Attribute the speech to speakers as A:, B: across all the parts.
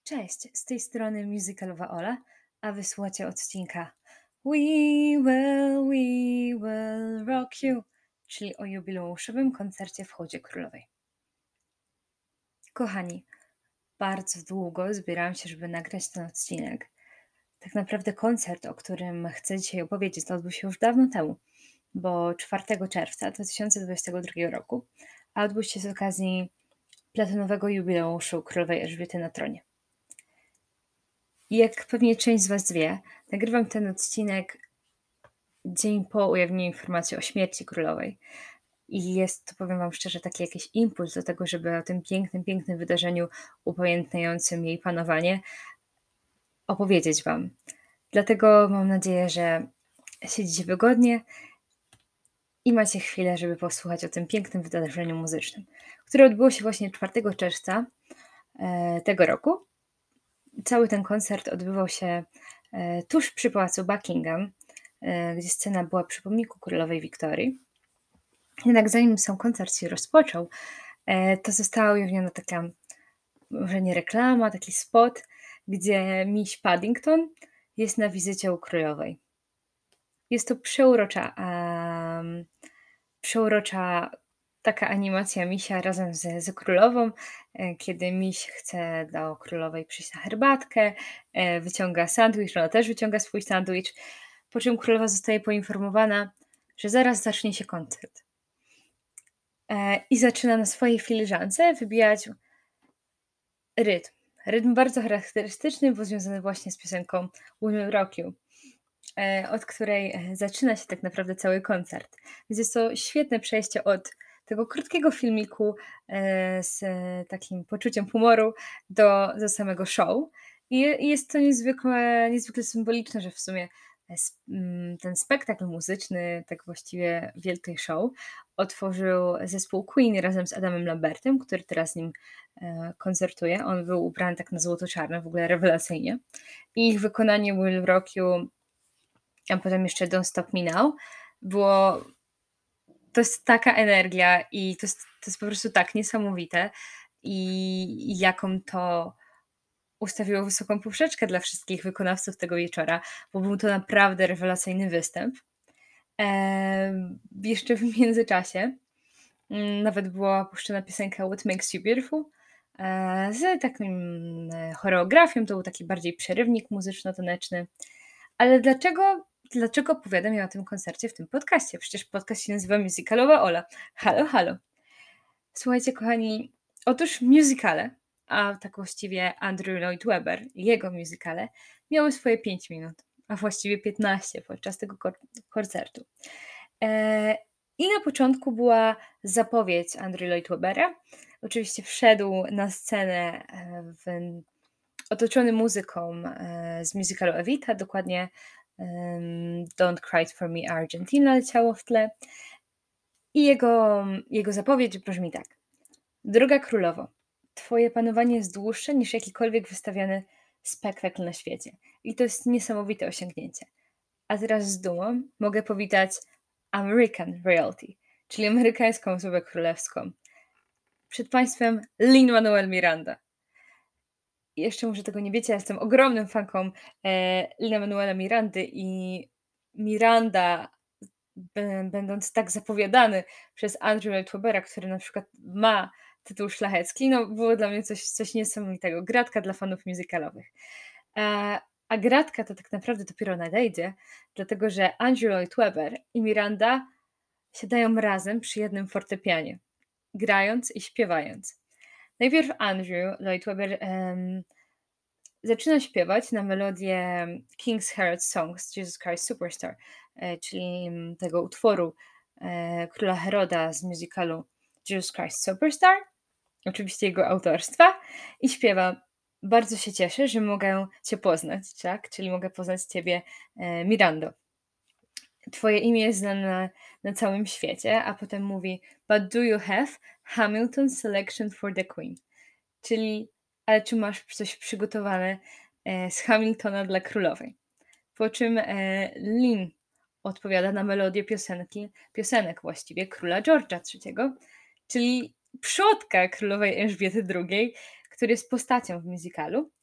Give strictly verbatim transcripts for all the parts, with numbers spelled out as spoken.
A: Cześć, z tej strony Musicalowa Ola, a wysłuchacie odcinka We Will, We Will Rock You, czyli o jubileuszowym koncercie w Hodzie Królowej. Kochani, bardzo długo zbierałam się, żeby nagrać ten odcinek. Tak naprawdę koncert, o którym chcę dzisiaj opowiedzieć, to odbył się już dawno temu, bo czwartego czerwca dwa tysiące dwudziestego drugiego roku, a odbył się z okazji platynowego jubileuszu Królowej Elżbiety na tronie. I jak pewnie część z Was wie, nagrywam ten odcinek dzień po ujawnieniu informacji o śmierci królowej. I jest to, powiem Wam szczerze, taki jakiś impuls do tego, żeby o tym pięknym, pięknym wydarzeniu upamiętniającym jej panowanie opowiedzieć Wam. Dlatego mam nadzieję, że siedzicie wygodnie i macie chwilę, żeby posłuchać o tym pięknym wydarzeniu muzycznym, które odbyło się właśnie czwartego czerwca e, tego roku. Cały ten koncert odbywał się e, tuż przy pałacu Buckingham, e, gdzie scena była przy pomniku królowej Wiktorii. Jednak zanim sam koncert się rozpoczął, e, to została ujawniona taka, może nie reklama, taki spot, gdzie miś Paddington jest na wizycie u królowej. Jest to przeurocza, um, przeurocza taka animacja misia razem ze, ze królową, e, kiedy miś chce do królowej przyjść na herbatkę, e, wyciąga sandwich, ona też wyciąga swój sandwich, po czym królowa zostaje poinformowana, że zaraz zacznie się koncert. E, I zaczyna na swojej filiżance wybijać rytm. Rytm bardzo charakterystyczny, bo związany właśnie z piosenką We Will Rock You, e, od której e, zaczyna się tak naprawdę cały koncert. Więc jest to świetne przejście od tego krótkiego filmiku e, z e, takim poczuciem humoru do, do samego show. I, I jest to niezwykle, niezwykle symboliczne, że w sumie s- mm, ten spektakl muzyczny, tak właściwie wielkiej show, otworzył zespół Queen razem z Adamem Lambertem, który teraz z nim e, koncertuje. On był ubrany tak na złoto-czarno, w ogóle rewelacyjnie. I ich wykonanie Will Rock You, a potem jeszcze Don't Stop Me Now, było... To jest taka energia i to jest, to jest po prostu tak niesamowite i, i jaką to ustawiło wysoką poprzeczkę dla wszystkich wykonawców tego wieczora, bo był to naprawdę rewelacyjny występ. Em, jeszcze w międzyczasie mm, nawet była puszczona piosenka What Makes You Beautiful e, z takim e, choreografią, to był taki bardziej przerywnik muzyczno-taneczny. Ale dlaczego, dlaczego opowiadam ja o tym koncercie w tym podcaście? Przecież podcast się nazywa Musicalowa Ola. Halo, halo. Słuchajcie, kochani, otóż musicale, a tak właściwie Andrew Lloyd Webber i jego musicale, miały swoje pięć minut, a właściwie piętnaście podczas tego kor- koncertu. E, I na początku była zapowiedź Andrew Lloyd Webbera. Oczywiście wszedł na scenę e, w, otoczony muzyką e, z musicalu Evita, dokładnie em, Don't Cry for Me Argentina leciało w tle. I jego, jego zapowiedź brzmi tak. Droga królowo, twoje panowanie jest dłuższe niż jakikolwiek wystawiany spektakl na świecie. I to jest niesamowite osiągnięcie. A teraz z dumą mogę powitać American Royalty, czyli amerykańską osobę królewską. Przed państwem Lin-Manuel Miranda. I jeszcze może tego nie wiecie, ja jestem ogromnym fanką e, Lin-Manuela Mirandy i Miranda, b- będąc tak zapowiadany przez Andrew Lloyd Webbera, który na przykład ma tytuł szlachecki, no było dla mnie coś, coś niesamowitego. Gratka dla fanów musicalowych. E, a gratka to tak naprawdę dopiero nadejdzie, dlatego że Andrew Lloyd Webber i Miranda siadają razem przy jednym fortepianie, grając i śpiewając. Najpierw Andrew Lloyd Webber em, zaczyna śpiewać na melodię King's Herald Songs Jesus Christ Superstar, e, czyli mm, tego utworu e, króla Heroda z musicalu Jesus Christ Superstar, oczywiście jego autorstwa, i śpiewa: bardzo się cieszę, że mogę Cię poznać, tak? Czyli mogę poznać Ciebie, e, Mirando. Twoje imię jest znane na całym świecie, a potem mówi: But do you have Hamilton selection for the Queen? Czyli, ale czy masz coś przygotowane e, z Hamiltona dla królowej? Po czym e, Lin odpowiada na melodię piosenki, piosenek właściwie króla George'a trzeciego, czyli przodka królowej Elżbiety drugiej, który jest postacią w musicalu.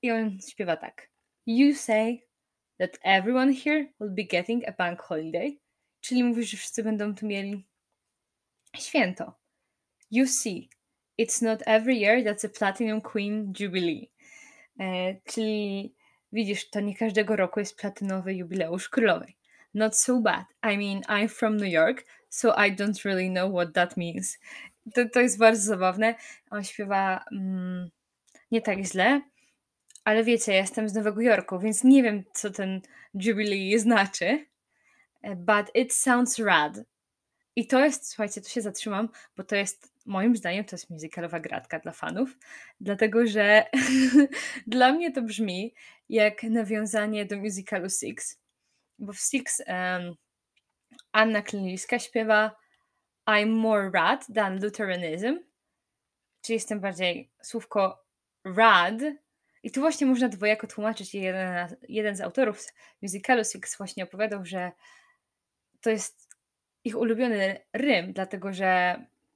A: I on śpiewa tak: "You say that everyone here will be getting a bank holiday", czyli mówisz, że wszyscy będą tu mieli święto. "You see, it's not every year that's a platinum queen jubilee", e, czyli widzisz, to nie każdego roku jest platynowy jubileusz królowej. "Not so bad. I mean, I'm from New York, so I don't really know what that means". To, to jest bardzo zabawne. On śpiewa mm, nie tak źle, ale wiecie, ja jestem z Nowego Jorku, więc nie wiem, co ten jubilee znaczy, e, but it sounds rad. I to jest, słuchajcie, tu się zatrzymam, bo to jest, moim zdaniem, to jest musicalowa gratka dla fanów, dlatego że dla mnie to brzmi jak nawiązanie do musicalu Six, bo w Six em, Anna Klińska śpiewa "I'm more rad than Lutheranism", czyli jestem bardziej słówko rad. I tu właśnie można dwojako tłumaczyć. I Jeden, jeden z autorów z musicalu Six właśnie opowiadał, że to jest ich ulubiony rym, dlatego że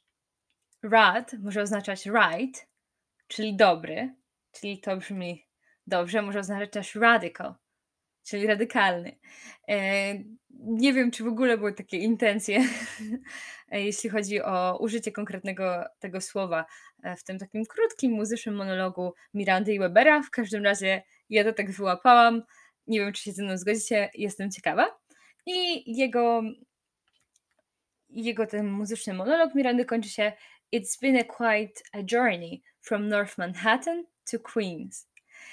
A: rad może oznaczać right, czyli dobry, czyli to brzmi dobrze, może oznaczać też radical, czyli radykalny. E, nie wiem, czy w ogóle były takie intencje, e, jeśli chodzi o użycie konkretnego tego słowa e, w tym takim krótkim muzycznym monologu Mirandy i Webera. W każdym razie ja to tak wyłapałam. Nie wiem, czy się ze mną zgodzicie, jestem ciekawa. I jego, jego ten muzyczny monolog Mirandy kończy się: "It's been a quite a journey from North Manhattan to Queens".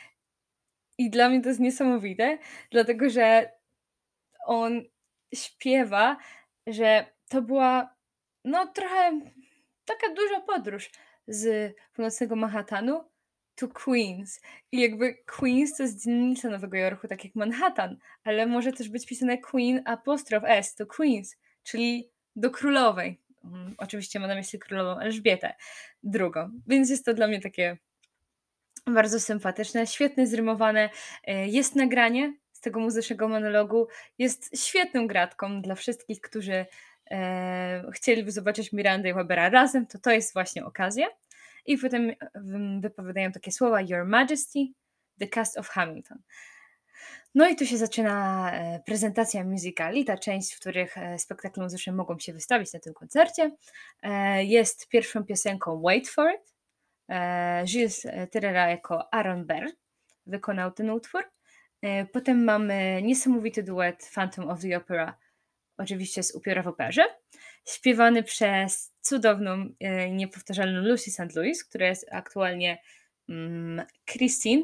A: I dla mnie to jest niesamowite, dlatego że on śpiewa, że to była, no, trochę taka duża podróż z północnego Manhattanu to Queens. I jakby Queens to jest dzielnica Nowego Jorku, tak jak Manhattan, ale może też być pisane Queen apostrof S, to Queens, czyli do królowej. Mm, Oczywiście ma na myśli królową Elżbietę drugą. Więc jest to dla mnie takie bardzo sympatyczne, świetnie zrymowane. E, Jest nagranie z tego muzycznego monologu. Jest świetną gratką dla wszystkich, którzy e, chcieliby zobaczyć Mirandę i Webera razem. To to jest właśnie okazja. I potem em, wypowiadają takie słowa: "Your Majesty, the cast of Hamilton". No i tu się zaczyna e, prezentacja musicali, ta część, w których e, spektakle muzyczne mogą się wystawić na tym koncercie. E, Jest pierwszą piosenką "Wait for It". E, Gilles Terera jako Aaron Burr wykonał ten utwór. E, Potem mamy niesamowity duet Phantom of the Opera, oczywiście z Upiora w operze, śpiewany przez cudowną e, i niepowtarzalną Lucy saint Louis, która jest aktualnie mm, Christine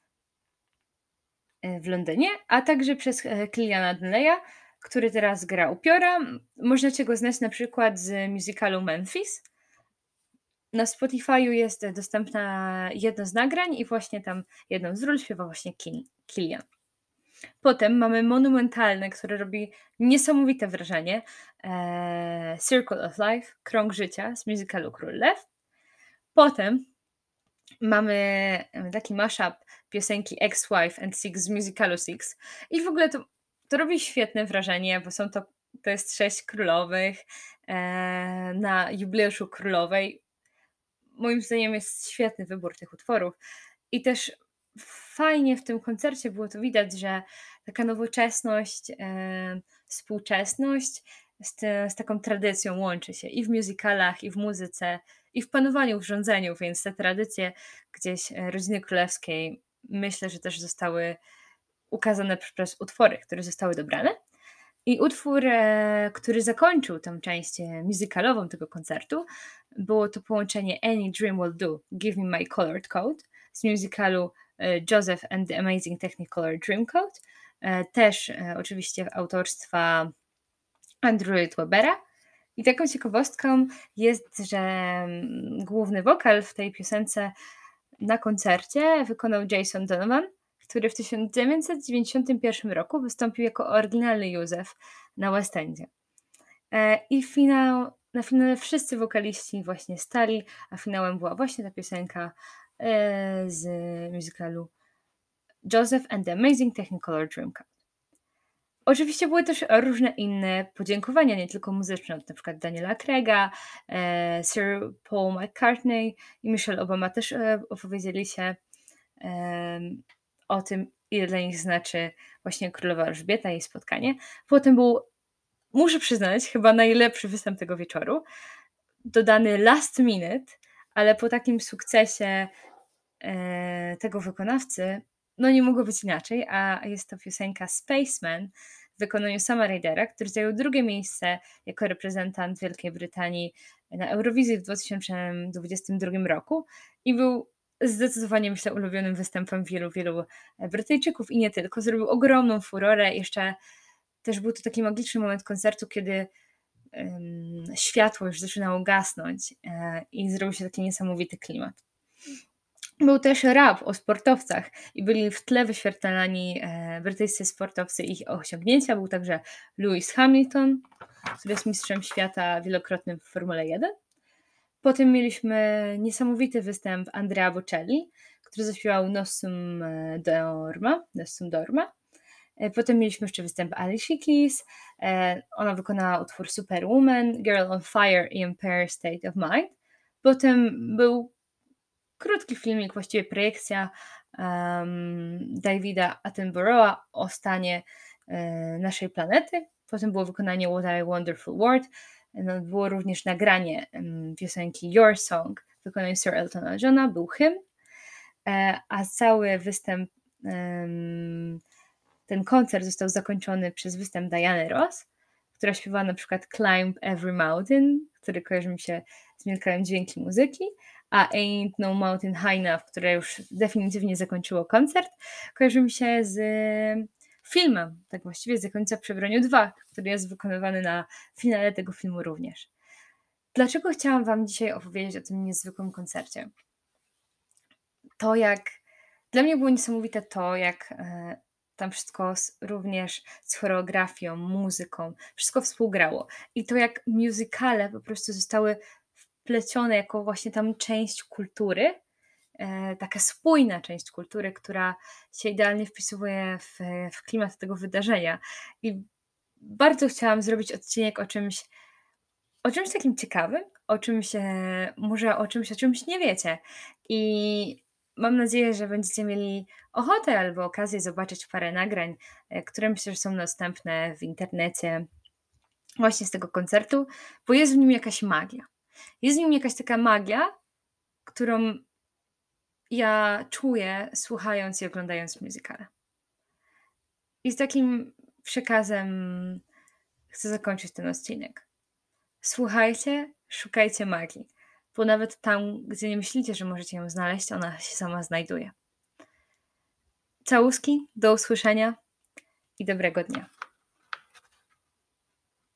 A: e, w Londynie, a także przez e, Kiliana Donnelly'a, który teraz gra Upiora. Możecie go znać na przykład z musicalu Memphis. Na Spotify'u jest e, dostępna jedno z nagrań i właśnie tam jedną z ról śpiewa właśnie Kil Kilian. Potem mamy monumentalne, które robi niesamowite wrażenie, eee, Circle of Life, Krąg Życia z musicalu Król Lew. Potem mamy e, taki mashup piosenki Ex-Wife and Six z musicalu Six i w ogóle to, to robi świetne wrażenie, bo są to, to jest sześć królowych e, na jubileuszu królowej. Moim zdaniem jest świetny wybór tych utworów. I też fajnie w tym koncercie było to widać, że taka nowoczesność, e, współczesność z, te, z taką tradycją łączy się i w musicalach, i w muzyce, i w panowaniu, w rządzeniu, więc te tradycje gdzieś e, rodziny królewskiej myślę, że też zostały ukazane przez utwory, które zostały dobrane. I utwór, e, który zakończył tę część e, musicalową tego koncertu, było to połączenie "Any Dream Will Do", "Give Me My Colored Coat" z musicalu e, Joseph and the Amazing Technicolor Dreamcoat, e, też e, oczywiście autorstwa Andrew Lloyd Webbera. I taką ciekawostką jest, że mm, główny wokal w tej piosence na koncercie wykonał Jason Donovan, który w tysiąc dziewięćset dziewięćdziesiątym pierwszym roku wystąpił jako oryginalny Józef na West Endzie. E, I finał, na finale wszyscy wokaliści właśnie stali, a finałem była właśnie ta piosenka e, z musicalu Joseph and the Amazing Technicolor Dreamcoat. Oczywiście były też różne inne podziękowania, nie tylko muzyczne, od na przykład Daniela Craiga, e, Sir Paul McCartney i Michelle Obama też e, opowiedzieli się em, o tym, ile dla nich znaczy właśnie królowa Elżbieta i jej spotkanie. Potem był, muszę przyznać, chyba najlepszy występ tego wieczoru, dodany last minute, ale po takim sukcesie e, tego wykonawcy, no nie mogło być inaczej, a jest to piosenka Spaceman w wykonaniu Sama Rydera, który zajął drugie miejsce jako reprezentant Wielkiej Brytanii na Eurowizji w dwa tysiące dwudziestym drugim roku i był zdecydowanie, myślę, ulubionym występem wielu, wielu Brytyjczyków i nie tylko. Zrobił ogromną furorę. Jeszcze też był to taki magiczny moment koncertu, kiedy um, światło już zaczynało gasnąć e, i zrobił się taki niesamowity klimat. Był też rap o sportowcach i byli w tle wyświetlani e, brytyjscy sportowcy i ich osiągnięcia. Był także Lewis Hamilton, który jest mistrzem świata wielokrotnym w Formule jeden. Potem mieliśmy niesamowity występ Andrea Bocelli, który zaśpiewał Nossum Dorma. Nossum Dorma. E, Potem mieliśmy jeszcze występ Alicia Keys. E, Ona wykonała utwór Superwoman, Girl on Fire i Empire State of Mind. Potem był krótki filmik, właściwie projekcja um, Davida Attenborough'a o stanie e, naszej planety. Potem było wykonanie What a Wonderful World. No, było również nagranie um, piosenki Your Song w wykonaniu Sir Eltona Johna, był hymn, e, a cały występ, um, ten koncert został zakończony przez występ Diany Ross, która śpiewała na przykład Climb Every Mountain, który kojarzy mi się z Milkajem dźwięki muzyki, a Ain't No Mountain High Enough, które już definitywnie zakończyło koncert, kojarzy mi się z filmem, tak właściwie z Zakonnica przy Broniu dwa, który jest wykonywany na finale tego filmu również. Dlaczego chciałam Wam dzisiaj opowiedzieć o tym niezwykłym koncercie? To jak, dla mnie było niesamowite to, jak e, tam wszystko z, również z choreografią, muzyką, wszystko współgrało. I to jak musicale po prostu zostały wplecione jako właśnie tam część kultury, e, taka spójna część kultury, która się idealnie wpisuje w, w klimat tego wydarzenia. I bardzo chciałam zrobić odcinek o czymś, o czymś takim ciekawym, o czymś, e, może o czymś, o czymś nie wiecie. I mam nadzieję, że będziecie mieli ochotę albo okazję zobaczyć parę nagrań, e, które myślę, że są dostępne w internecie właśnie z tego koncertu, bo jest w nim jakaś magia. Jest w nim jakaś taka magia, którą ja czuję, słuchając i oglądając musicale. I z takim przekazem chcę zakończyć ten odcinek. Słuchajcie, szukajcie magii, bo nawet tam, gdzie nie myślicie, że możecie ją znaleźć, ona się sama znajduje. Całuski, do usłyszenia i dobrego dnia.